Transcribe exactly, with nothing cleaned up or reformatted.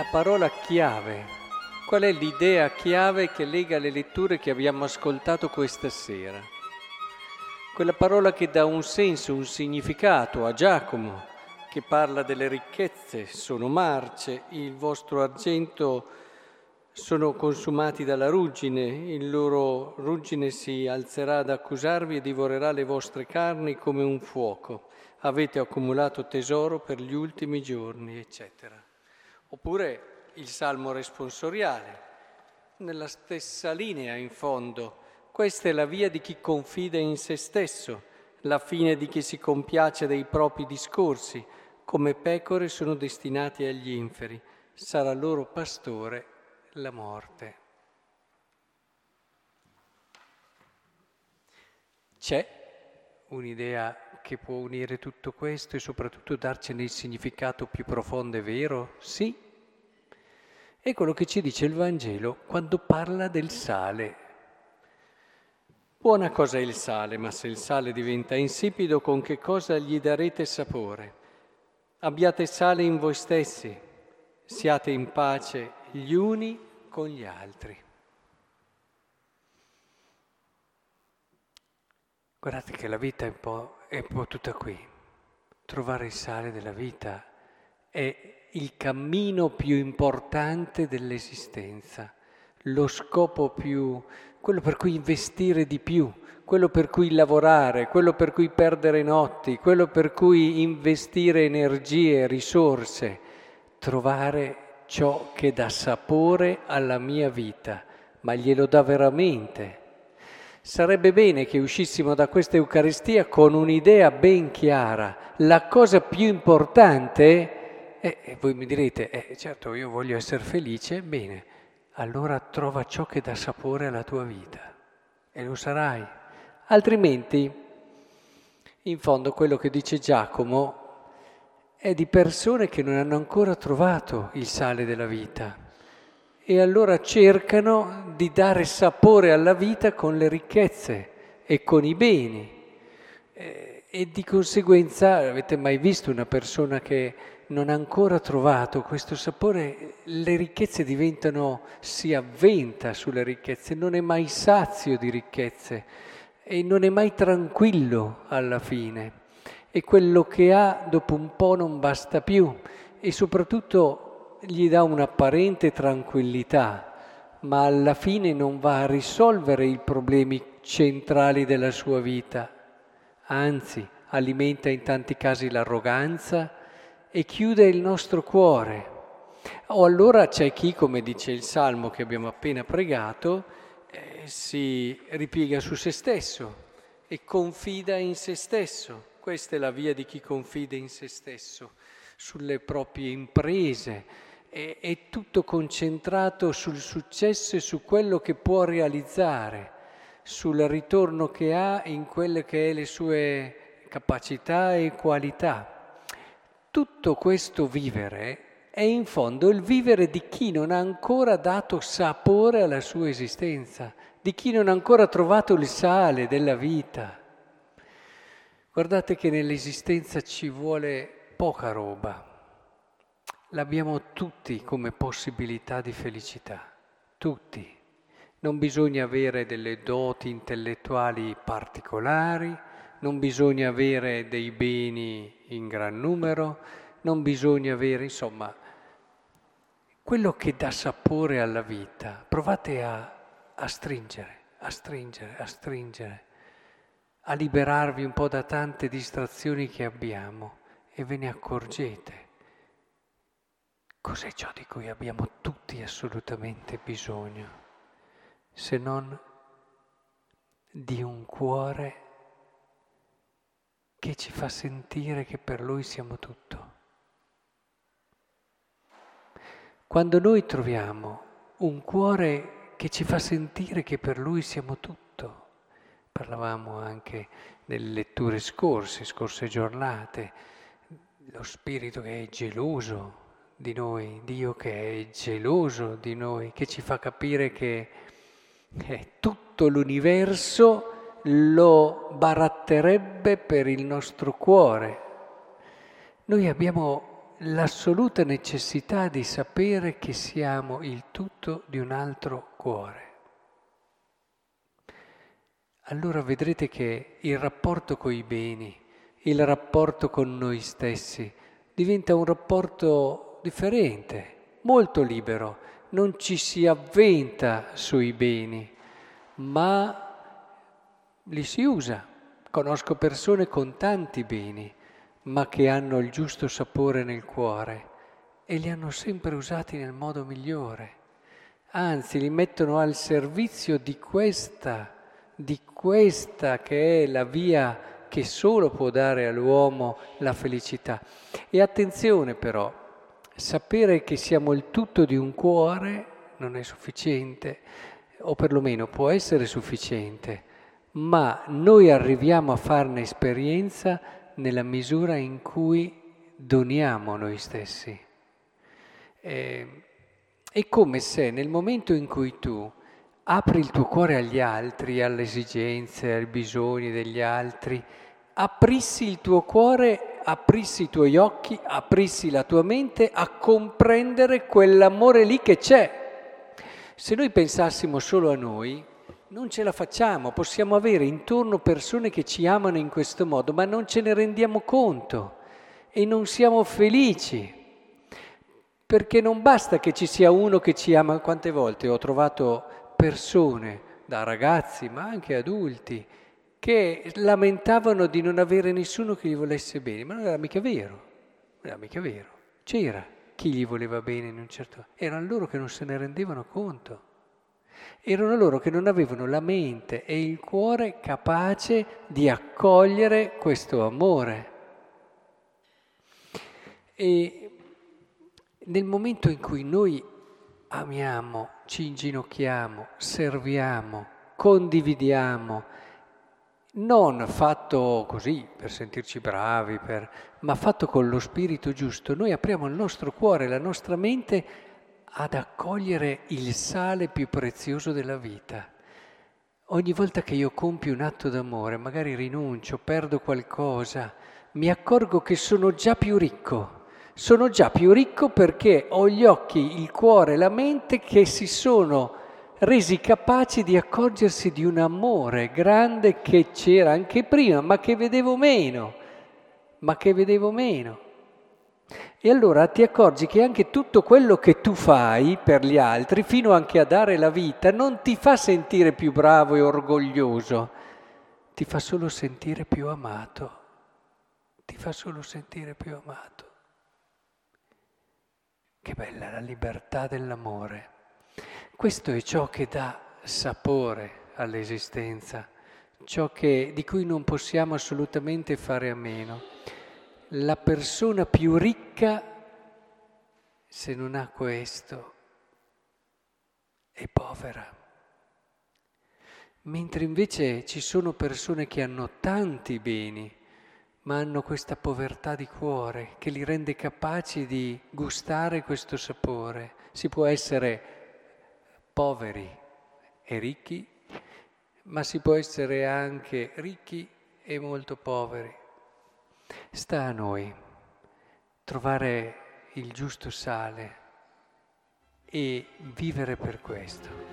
parola chiave? Qual è l'idea chiave che lega le letture che abbiamo ascoltato questa sera? Quella parola che dà un senso, un significato a Giacomo, che parla delle ricchezze, sono marce, il vostro argento sono consumati dalla ruggine, il loro ruggine si alzerà ad accusarvi e divorerà le vostre carni come un fuoco. Avete accumulato tesoro per gli ultimi giorni, eccetera. Oppure il salmo responsoriale, nella stessa linea in fondo. Questa è la via di chi confida in se stesso, la fine di chi si compiace dei propri discorsi. Come pecore sono destinati agli inferi, sarà loro pastore la morte. C'è un'idea che può unire tutto questo e soprattutto darcene il significato più profondo e vero? Sì. È quello che ci dice il Vangelo quando parla del sale. Buona cosa è il sale, ma se il sale diventa insipido, con che cosa gli darete sapore? Abbiate sale in voi stessi, siate in pace gli uni con gli altri. Guardate che la vita è un po', è un po' tutta qui. Trovare il sale della vita è il cammino più importante dell'esistenza, lo scopo più, quello per cui investire di più, quello per cui lavorare, quello per cui perdere notti, quello per cui investire energie, risorse, trovare ciò che dà sapore alla mia vita, ma glielo dà veramente. Sarebbe bene che uscissimo da questa Eucaristia con un'idea ben chiara. La cosa più importante, eh, e voi mi direte, eh, certo io voglio essere felice, bene, allora trova ciò che dà sapore alla tua vita e lo sarai. Altrimenti, in fondo quello che dice Giacomo è di persone che non hanno ancora trovato il sale della vita. E allora cercano di dare sapore alla vita con le ricchezze e con i beni. E, e di conseguenza, avete mai visto una persona che non ha ancora trovato questo sapore? Le ricchezze diventano, si avventa sulle ricchezze, non è mai sazio di ricchezze e non è mai tranquillo alla fine. E quello che ha dopo un po' non basta più e soprattutto gli dà un'apparente tranquillità, ma alla fine non va a risolvere i problemi centrali della sua vita. Anzi, alimenta in tanti casi l'arroganza e chiude il nostro cuore. O allora c'è chi, come dice il Salmo che abbiamo appena pregato, eh, si ripiega su se stesso e confida in se stesso. Questa è la via di chi confida in se stesso, sulle proprie imprese. È tutto concentrato sul successo e su quello che può realizzare, sul ritorno che ha in quelle che è le sue capacità e qualità. Tutto questo vivere è in fondo il vivere di chi non ha ancora dato sapore alla sua esistenza, di chi non ha ancora trovato il sale della vita. Guardate che nell'esistenza ci vuole poca roba. L'abbiamo tutti come possibilità di felicità, tutti. Non bisogna avere delle doti intellettuali particolari, non bisogna avere dei beni in gran numero, non bisogna avere, insomma, quello che dà sapore alla vita. Provate a, a stringere, a stringere, a stringere, a liberarvi un po' da tante distrazioni che abbiamo e ve ne accorgete. Cos'è ciò di cui abbiamo tutti assolutamente bisogno, se non di un cuore che ci fa sentire che per Lui siamo tutto? Quando noi troviamo un cuore che ci fa sentire che per Lui siamo tutto, parlavamo anche nelle letture scorse, scorse giornate, lo spirito che è geloso di noi, Dio che è geloso di noi, che ci fa capire che eh, tutto l'universo lo baratterebbe per il nostro cuore. Noi abbiamo l'assoluta necessità di sapere che siamo il tutto di un altro cuore. Allora vedrete che il rapporto coi beni, il rapporto con noi stessi, diventa un rapporto differente, molto libero. Non ci si avventa sui beni, ma li si usa. Conosco persone con tanti beni, ma che hanno il giusto sapore nel cuore e li hanno sempre usati nel modo migliore. Anzi, li mettono al servizio di questa, di questa che è la via che solo può dare all'uomo la felicità. E attenzione però, sapere che siamo il tutto di un cuore non è sufficiente, o perlomeno può essere sufficiente, ma noi arriviamo a farne esperienza nella misura in cui doniamo noi stessi. Eh, è come se nel momento in cui tu apri il tuo cuore agli altri, alle esigenze, ai bisogni degli altri, aprissi il tuo cuore, aprissi i tuoi occhi, aprissi la tua mente a comprendere quell'amore lì che c'è. Se noi pensassimo solo a noi, non ce la facciamo, possiamo avere intorno persone che ci amano in questo modo, ma non ce ne rendiamo conto e non siamo felici. Perché non basta che ci sia uno che ci ama. Quante volte ho trovato persone, da ragazzi ma anche adulti, che lamentavano di non avere nessuno che gli volesse bene, ma non era mica vero, non era mica vero. C'era chi gli voleva bene in un certo... Erano loro che non se ne rendevano conto. Erano loro che non avevano la mente e il cuore capace di accogliere questo amore. E nel momento in cui noi amiamo, ci inginocchiamo, serviamo, condividiamo, non fatto così per sentirci bravi, per, ma fatto con lo spirito giusto, noi apriamo il nostro cuore, la nostra mente ad accogliere il sale più prezioso della vita. Ogni volta che io compio un atto d'amore, magari rinuncio, perdo qualcosa, mi accorgo che sono già più ricco. Sono già più ricco perché ho gli occhi, il cuore, la mente che si sono resi capaci di accorgersi di un amore grande che c'era anche prima, ma che vedevo meno, ma che vedevo meno. E allora ti accorgi che anche tutto quello che tu fai per gli altri, fino anche a dare la vita, non ti fa sentire più bravo e orgoglioso, ti fa solo sentire più amato, ti fa solo sentire più amato. Che bella la libertà dell'amore. Questo è ciò che dà sapore all'esistenza, ciò che, di cui non possiamo assolutamente fare a meno. La persona più ricca, se non ha questo, è povera. Mentre invece ci sono persone che hanno tanti beni, ma hanno questa povertà di cuore che li rende capaci di gustare questo sapore. Si può essere poveri e ricchi, ma si può essere anche ricchi e molto poveri. Sta a noi trovare il giusto sale e vivere per questo.